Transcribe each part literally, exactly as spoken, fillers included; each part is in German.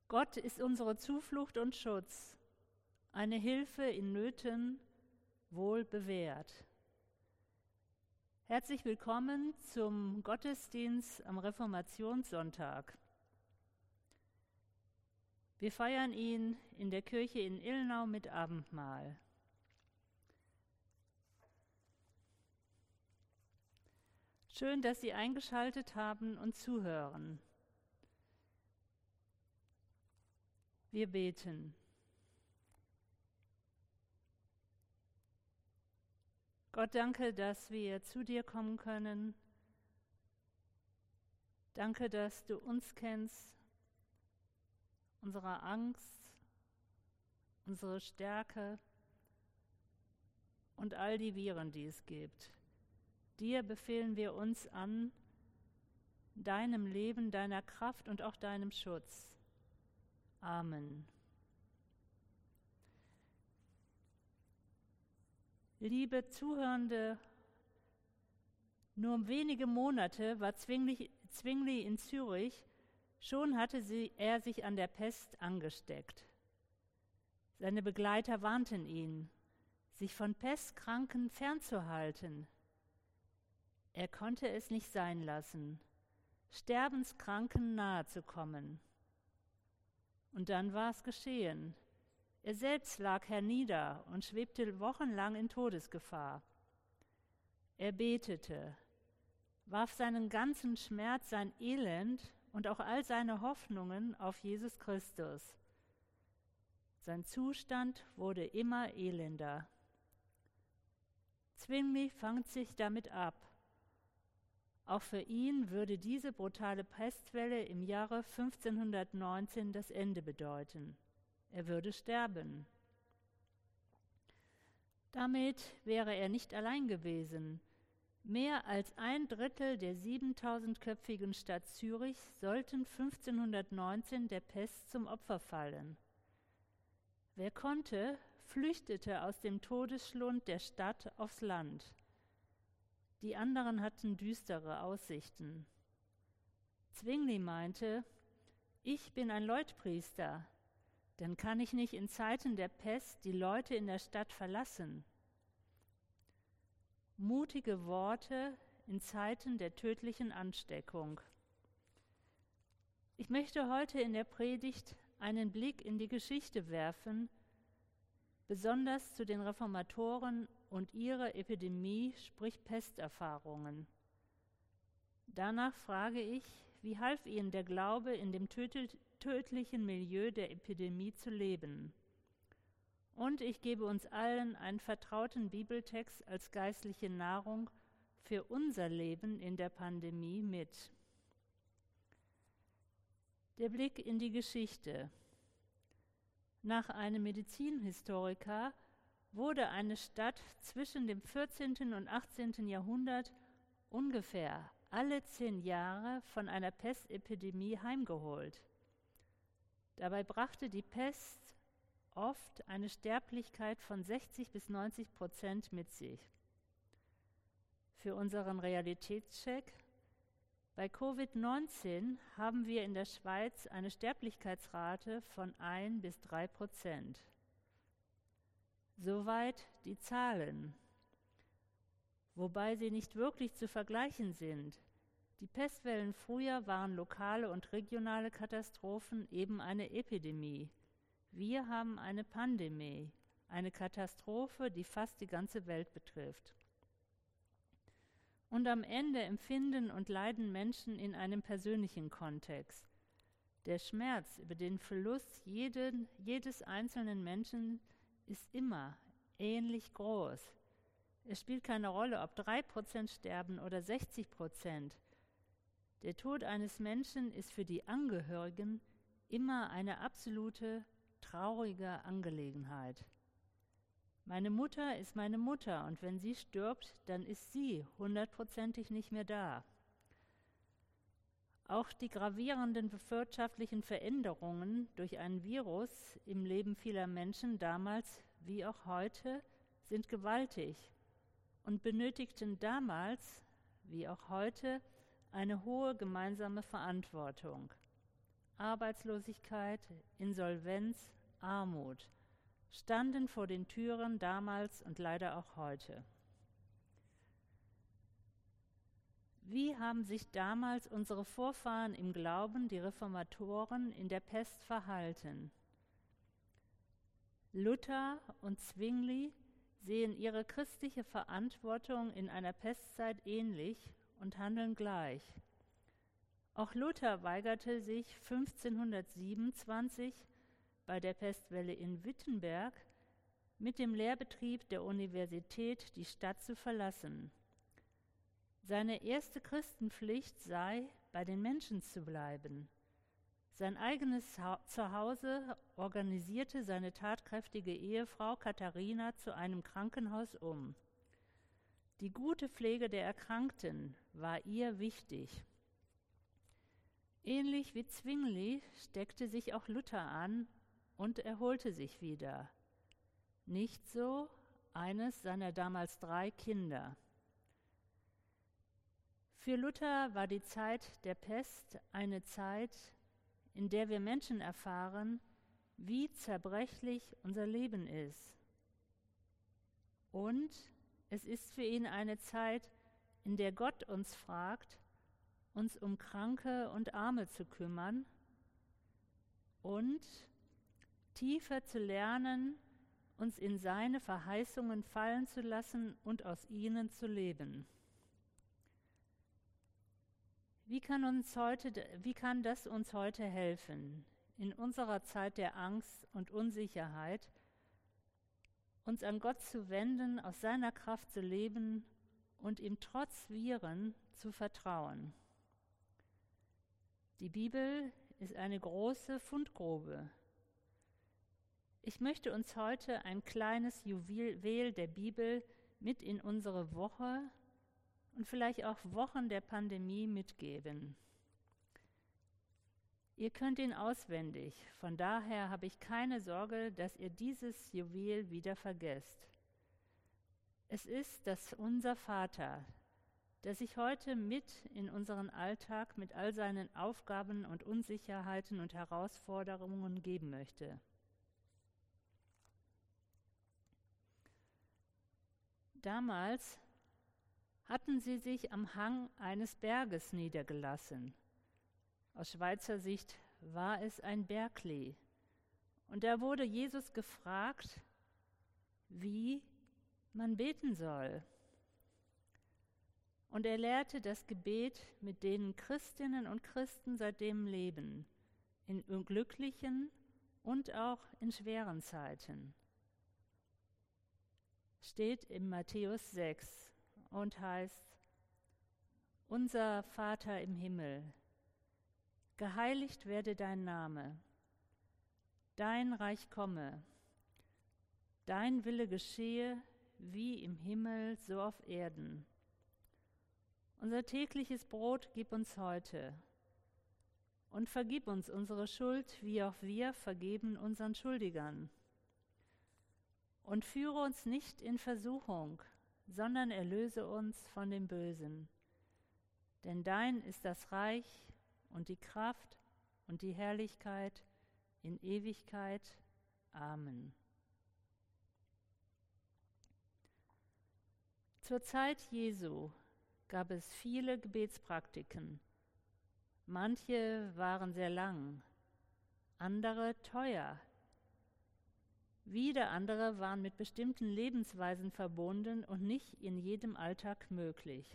Gott ist unsere Zuflucht und Schutz, eine Hilfe in Nöten, wohl bewährt. Herzlich willkommen zum Gottesdienst am Reformationssonntag. Wir feiern ihn in der Kirche in Ilmenau mit Abendmahl. Schön, dass Sie eingeschaltet haben und zuhören. Wir beten. Gott, danke, dass wir zu dir kommen können. Danke, dass du uns kennst, unsere Angst, unsere Stärke und all die Viren, die es gibt. Dir befehlen wir uns an, deinem Leben, deiner Kraft und auch deinem Schutz. Amen. Liebe Zuhörende, nur wenige Monate war Zwingli, Zwingli in Zürich, schon hatte sie, er sich an der Pest angesteckt. Seine Begleiter warnten ihn, sich von Pestkranken fernzuhalten. Er konnte es nicht sein lassen, Sterbenskranken nahe zu kommen. Und dann war es geschehen. Er selbst lag hernieder und schwebte wochenlang in Todesgefahr. Er betete, warf seinen ganzen Schmerz, sein Elend und auch all seine Hoffnungen auf Jesus Christus. Sein Zustand wurde immer elender. Zwingli fängt sich damit ab. Auch für ihn würde diese brutale Pestwelle im Jahre fünfzehnhundertneunzehn das Ende bedeuten. Er würde sterben. Damit wäre er nicht allein gewesen. Mehr als ein Drittel der siebentausendköpfigen Stadt Zürich sollten fünfzehnhundertneunzehn der Pest zum Opfer fallen. Wer konnte, flüchtete aus dem Todesschlund der Stadt aufs Land. Die anderen hatten düstere Aussichten. Zwingli meinte, ich bin ein Leutpriester, dann kann ich nicht in Zeiten der Pest die Leute in der Stadt verlassen. Mutige Worte in Zeiten der tödlichen Ansteckung. Ich möchte heute in der Predigt einen Blick in die Geschichte werfen, besonders zu den Reformatoren und ihre Epidemie, sprich Pesterfahrungen. Danach frage ich, wie half ihnen der Glaube, in dem tödlichen Milieu der Epidemie zu leben? Und ich gebe uns allen einen vertrauten Bibeltext als geistliche Nahrung für unser Leben in der Pandemie mit. Der Blick in die Geschichte. Nach einem Medizinhistoriker wurde eine Stadt zwischen dem vierzehnten und achtzehnten Jahrhundert ungefähr alle zehn Jahre von einer Pestepidemie heimgeholt. Dabei brachte die Pest oft eine Sterblichkeit von sechzig bis neunzig Prozent mit sich. Für unseren Realitätscheck: Bei Covid neunzehn haben wir in der Schweiz eine Sterblichkeitsrate von ein bis drei Prozent. Soweit die Zahlen, wobei sie nicht wirklich zu vergleichen sind. Die Pestwellen früher waren lokale und regionale Katastrophen, eben eine Epidemie. Wir haben eine Pandemie, eine Katastrophe, die fast die ganze Welt betrifft. Und am Ende empfinden und leiden Menschen in einem persönlichen Kontext. Der Schmerz über den Verlust jeden, jedes einzelnen Menschen ist immer ähnlich groß. Es spielt keine Rolle, ob drei Prozent sterben oder sechzig Prozent. Der Tod eines Menschen ist für die Angehörigen immer eine absolute, traurige Angelegenheit. Meine Mutter ist meine Mutter und wenn sie stirbt, dann ist sie hundertprozentig nicht mehr da. Auch die gravierenden wirtschaftlichen Veränderungen durch ein Virus im Leben vieler Menschen damals wie auch heute sind gewaltig und benötigten damals wie auch heute eine hohe gemeinsame Verantwortung. Arbeitslosigkeit, Insolvenz, Armut standen vor den Türen damals und leider auch heute. Wie haben sich damals unsere Vorfahren im Glauben, die Reformatoren, in der Pest verhalten? Luther und Zwingli sehen ihre christliche Verantwortung in einer Pestzeit ähnlich und handeln gleich. Auch Luther weigerte sich fünfzehnhundertsiebenundzwanzig bei der Pestwelle in Wittenberg mit dem Lehrbetrieb der Universität die Stadt zu verlassen. Seine erste Christenpflicht sei, bei den Menschen zu bleiben. Sein eigenes Zuhause organisierte seine tatkräftige Ehefrau Katharina zu einem Krankenhaus um. Die gute Pflege der Erkrankten war ihr wichtig. Ähnlich wie Zwingli steckte sich auch Luther an und erholte sich wieder. Nicht so eines seiner damals drei Kinder. Für Luther war die Zeit der Pest eine Zeit, in der wir Menschen erfahren, wie zerbrechlich unser Leben ist. Und es ist für ihn eine Zeit, in der Gott uns fragt, uns um Kranke und Arme zu kümmern und tiefer zu lernen, uns in seine Verheißungen fallen zu lassen und aus ihnen zu leben. Wie kann uns heute, wie kann das uns heute helfen, in unserer Zeit der Angst und Unsicherheit, uns an Gott zu wenden, aus seiner Kraft zu leben und ihm trotz Viren zu vertrauen? Die Bibel ist eine große Fundgrube. Ich möchte uns heute ein kleines Juwel der Bibel mit in unsere Woche und vielleicht auch Wochen der Pandemie mitgeben. Ihr könnt ihn auswendig, von daher habe ich keine Sorge, dass ihr dieses Juwel wieder vergesst. Es ist das Unser Vater, das sich heute mit in unseren Alltag mit all seinen Aufgaben und Unsicherheiten und Herausforderungen geben möchte. Damals hatten sie sich am Hang eines Berges niedergelassen. Aus Schweizer Sicht war es ein Berglee. Und da wurde Jesus gefragt, wie man beten soll. Und er lehrte das Gebet, mit denen Christinnen und Christen seitdem leben, in glücklichen und auch in schweren Zeiten. Steht in Matthäus sechs. Und heißt, unser Vater im Himmel, geheiligt werde dein Name, dein Reich komme, dein Wille geschehe, wie im Himmel, so auf Erden. Unser tägliches Brot gib uns heute und vergib uns unsere Schuld, wie auch wir vergeben unseren Schuldigern. Und führe uns nicht in Versuchung, sondern erlöse uns von dem Bösen. Denn dein ist das Reich und die Kraft und die Herrlichkeit in Ewigkeit. Amen. Zur Zeit Jesu gab es viele Gebetspraktiken. Manche waren sehr lang, andere teuer. Wieder andere waren mit bestimmten Lebensweisen verbunden und nicht in jedem Alltag möglich.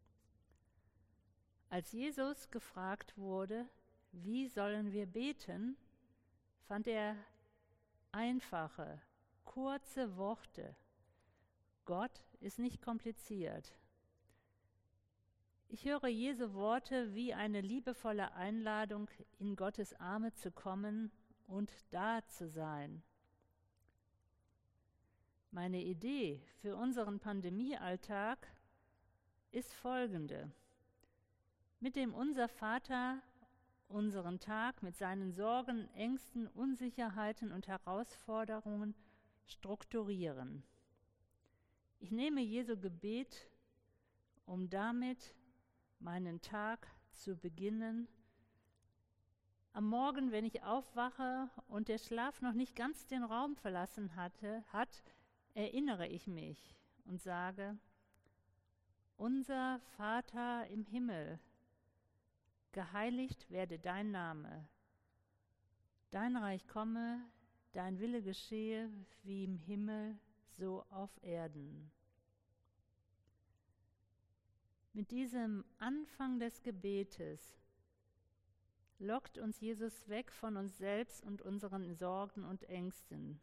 Als Jesus gefragt wurde, wie sollen wir beten, fand er einfache, kurze Worte. Gott ist nicht kompliziert. Ich höre Jesu Worte wie eine liebevolle Einladung, in Gottes Arme zu kommen und da zu sein. Meine Idee für unseren Pandemiealltag ist folgende. Mit dem Unser Vater unseren Tag mit seinen Sorgen, Ängsten, Unsicherheiten und Herausforderungen strukturieren. Ich nehme Jesu Gebet, um damit meinen Tag zu beginnen Am Morgen, wenn ich aufwache und der Schlaf noch nicht ganz den Raum verlassen hatte, hat, erinnere ich mich und sage: Unser Vater im Himmel, geheiligt werde dein Name. Dein Reich komme, dein Wille geschehe, wie im Himmel, so auf Erden. Mit diesem Anfang des Gebetes lockt uns Jesus weg von uns selbst und unseren Sorgen und Ängsten.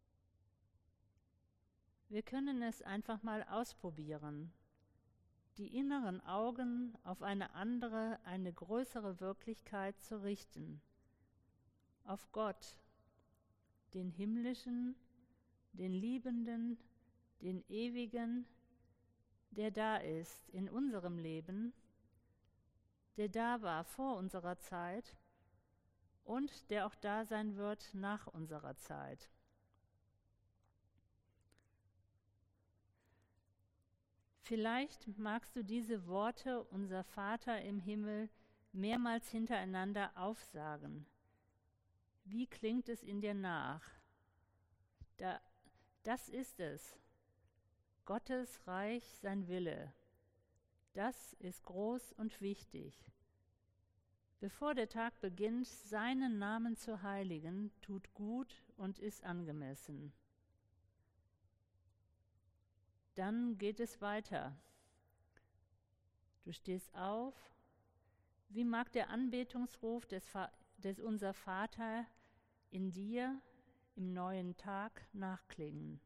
Wir können es einfach mal ausprobieren, die inneren Augen auf eine andere, eine größere Wirklichkeit zu richten, auf Gott, den Himmlischen, den Liebenden, den Ewigen, der da ist in unserem Leben, der da war vor unserer Zeit und der auch da sein wird nach unserer Zeit. Vielleicht magst du diese Worte, unser Vater im Himmel, mehrmals hintereinander aufsagen. Wie klingt es in dir nach? Da, das ist es. Gottes Reich, sein Wille. Das ist groß und wichtig. Bevor der Tag beginnt, seinen Namen zu heiligen, tut gut und ist angemessen. Dann geht es weiter. Du stehst auf. Wie mag der Anbetungsruf des, Va- des Unser Vater in dir im neuen Tag nachklingen?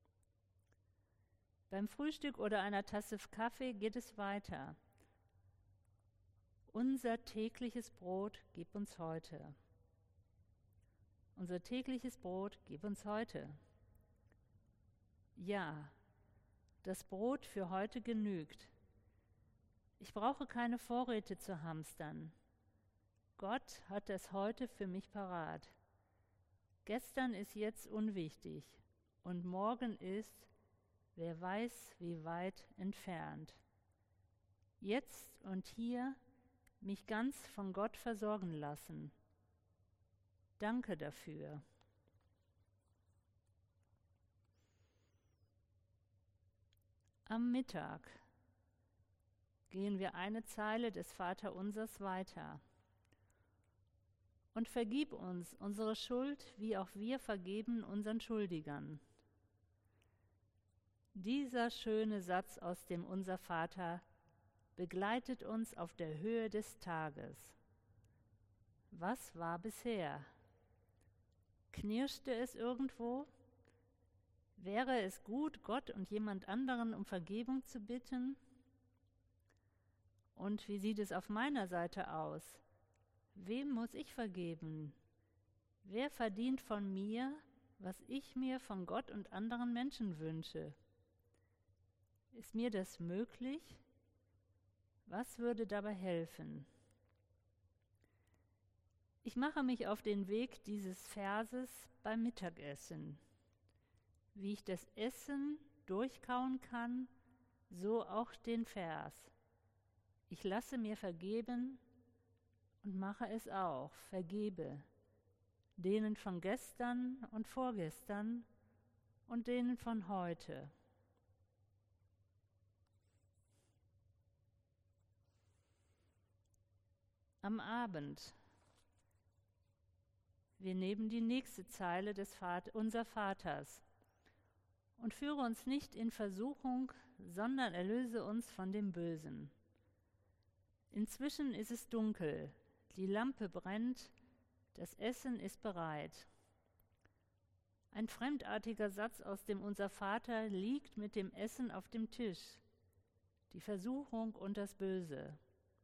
Beim Frühstück oder einer Tasse Kaffee geht es weiter. Unser tägliches Brot gib uns heute. Unser tägliches Brot gib uns heute. Ja, das Brot für heute genügt. Ich brauche keine Vorräte zu hamstern. Gott hat es heute für mich parat. Gestern ist jetzt unwichtig und morgen ist, wer weiß, wie weit entfernt. Jetzt und hier mich ganz von Gott versorgen lassen. Danke dafür. Am Mittag gehen wir eine Zeile des Vaterunsers weiter. Und vergib uns unsere Schuld, wie auch wir vergeben unseren Schuldigern. Dieser schöne Satz aus dem Unser Vater begleitet uns auf der Höhe des Tages. Was war bisher? Knirschte es irgendwo? Wäre es gut, Gott und jemand anderen um Vergebung zu bitten? Und wie sieht es auf meiner Seite aus? Wem muss ich vergeben? Wer verdient von mir, was ich mir von Gott und anderen Menschen wünsche? Ist mir das möglich? Was würde dabei helfen? Ich mache mich auf den Weg dieses Verses beim Mittagessen. Wie ich das Essen durchkauen kann, so auch den Vers. Ich lasse mir vergeben und mache es auch, vergebe, denen von gestern und vorgestern und denen von heute. Am Abend. Wir nehmen die nächste Zeile des Vat- Unser Vaters. Und führe uns nicht in Versuchung, sondern erlöse uns von dem Bösen. Inzwischen ist es dunkel, die Lampe brennt, das Essen ist bereit. Ein fremdartiger Satz aus dem Unser Vater liegt mit dem Essen auf dem Tisch. Die Versuchung und das Böse.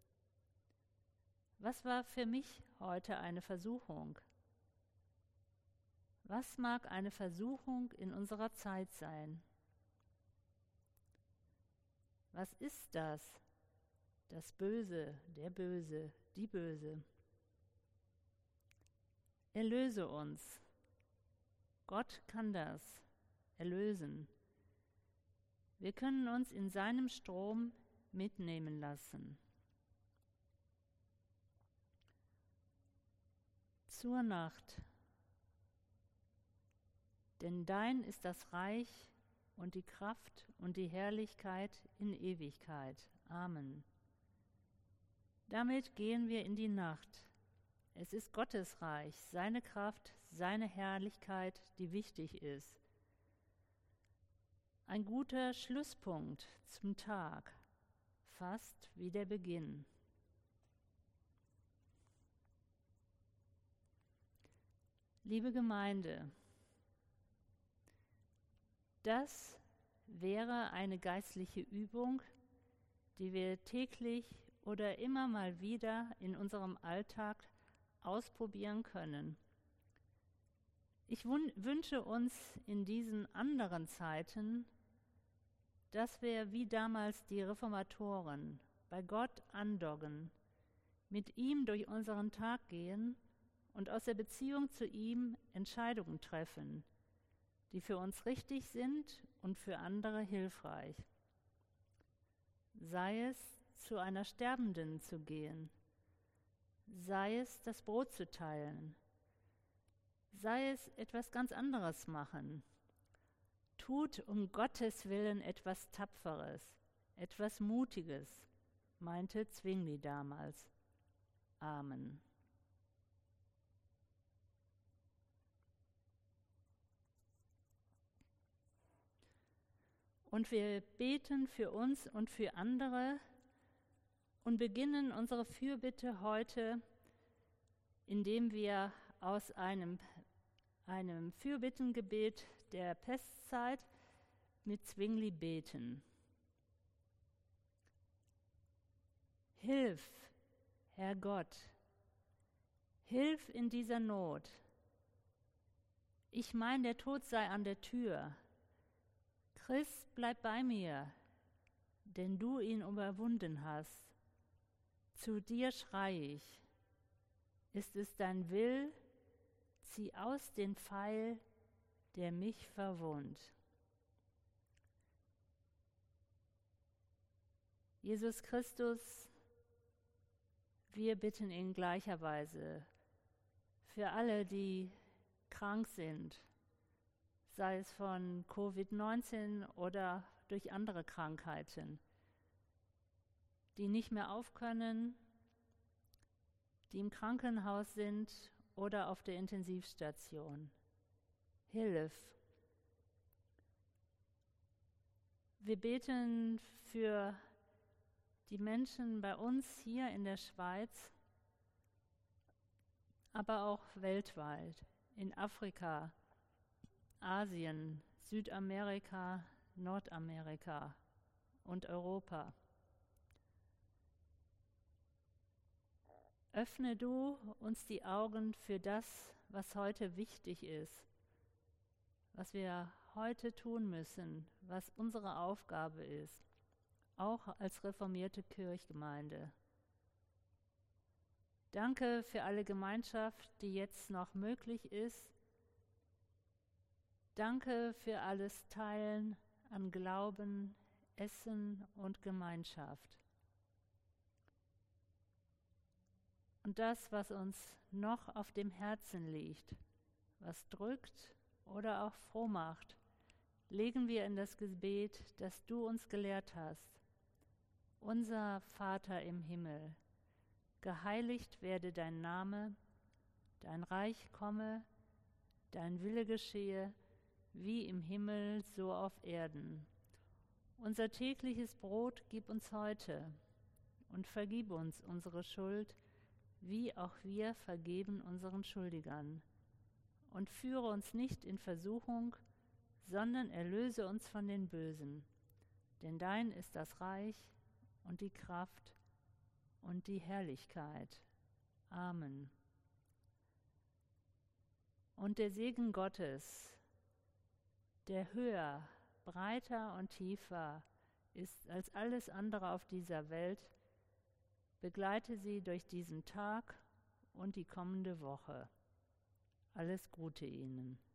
Was war für mich heute eine Versuchung? Was mag eine Versuchung in unserer Zeit sein? Was ist das? Das Böse, der Böse, die Böse. Erlöse uns. Gott kann das erlösen. Wir können uns in seinem Strom mitnehmen lassen. zur Nacht. Denn dein ist das Reich und die Kraft und die Herrlichkeit in Ewigkeit. Amen. Damit gehen wir in die Nacht. Es ist Gottes Reich, seine Kraft, seine Herrlichkeit, die wichtig ist. Ein guter Schlusspunkt zum Tag, fast wie der Beginn. Liebe Gemeinde, das wäre eine geistliche Übung, die wir täglich oder immer mal wieder in unserem Alltag ausprobieren können. Ich wun- wünsche uns in diesen anderen Zeiten, dass wir wie damals die Reformatoren bei Gott andocken, mit ihm durch unseren Tag gehen und aus der Beziehung zu ihm Entscheidungen treffen, die für uns richtig sind und für andere hilfreich. Sei es, zu einer Sterbenden zu gehen, sei es, das Brot zu teilen, sei es, etwas ganz anderes machen. Tut um Gottes Willen etwas Tapferes, etwas Mutiges, meinte Zwingli damals. Amen. Und wir beten für uns und für andere und beginnen unsere Fürbitte heute, indem wir aus einem, einem Fürbittengebet der Pestzeit mit Zwingli beten. Hilf, Herr Gott, hilf in dieser Not. Ich mein, der Tod sei an der Tür. Christ, bleib bei mir, denn du ihn überwunden hast. Zu dir schrei ich. Ist es dein Will, zieh aus den Pfeil, der mich verwundt. Jesus Christus, wir bitten in gleicher Weise für alle, die krank sind, sei es von Covid neunzehn oder durch andere Krankheiten, die nicht mehr aufkönnen, die im Krankenhaus sind oder auf der Intensivstation. Hilf. Wir beten für die Menschen bei uns hier in der Schweiz, aber auch weltweit, in Afrika, Asien, Südamerika, Nordamerika und Europa. Öffne du uns die Augen für das, was heute wichtig ist, was wir heute tun müssen, was unsere Aufgabe ist, auch als reformierte Kirchgemeinde. Danke für alle Gemeinschaft, die jetzt noch möglich ist. Danke für alles Teilen an Glauben, Essen und Gemeinschaft. Und das, was uns noch auf dem Herzen liegt, was drückt oder auch froh macht, legen wir in das Gebet, das du uns gelehrt hast. Unser Vater im Himmel, geheiligt werde dein Name, dein Reich komme, dein Wille geschehe, wie im Himmel, so auf Erden. Unser tägliches Brot gib uns heute und vergib uns unsere Schuld, wie auch wir vergeben unseren Schuldigern. Und führe uns nicht in Versuchung, sondern erlöse uns von den Bösen. Denn dein ist das Reich und die Kraft und die Herrlichkeit. Amen. Und der Segen Gottes, der höher, breiter und tiefer ist als alles andere auf dieser Welt, begleite sie durch diesen Tag und die kommende Woche. Alles Gute Ihnen.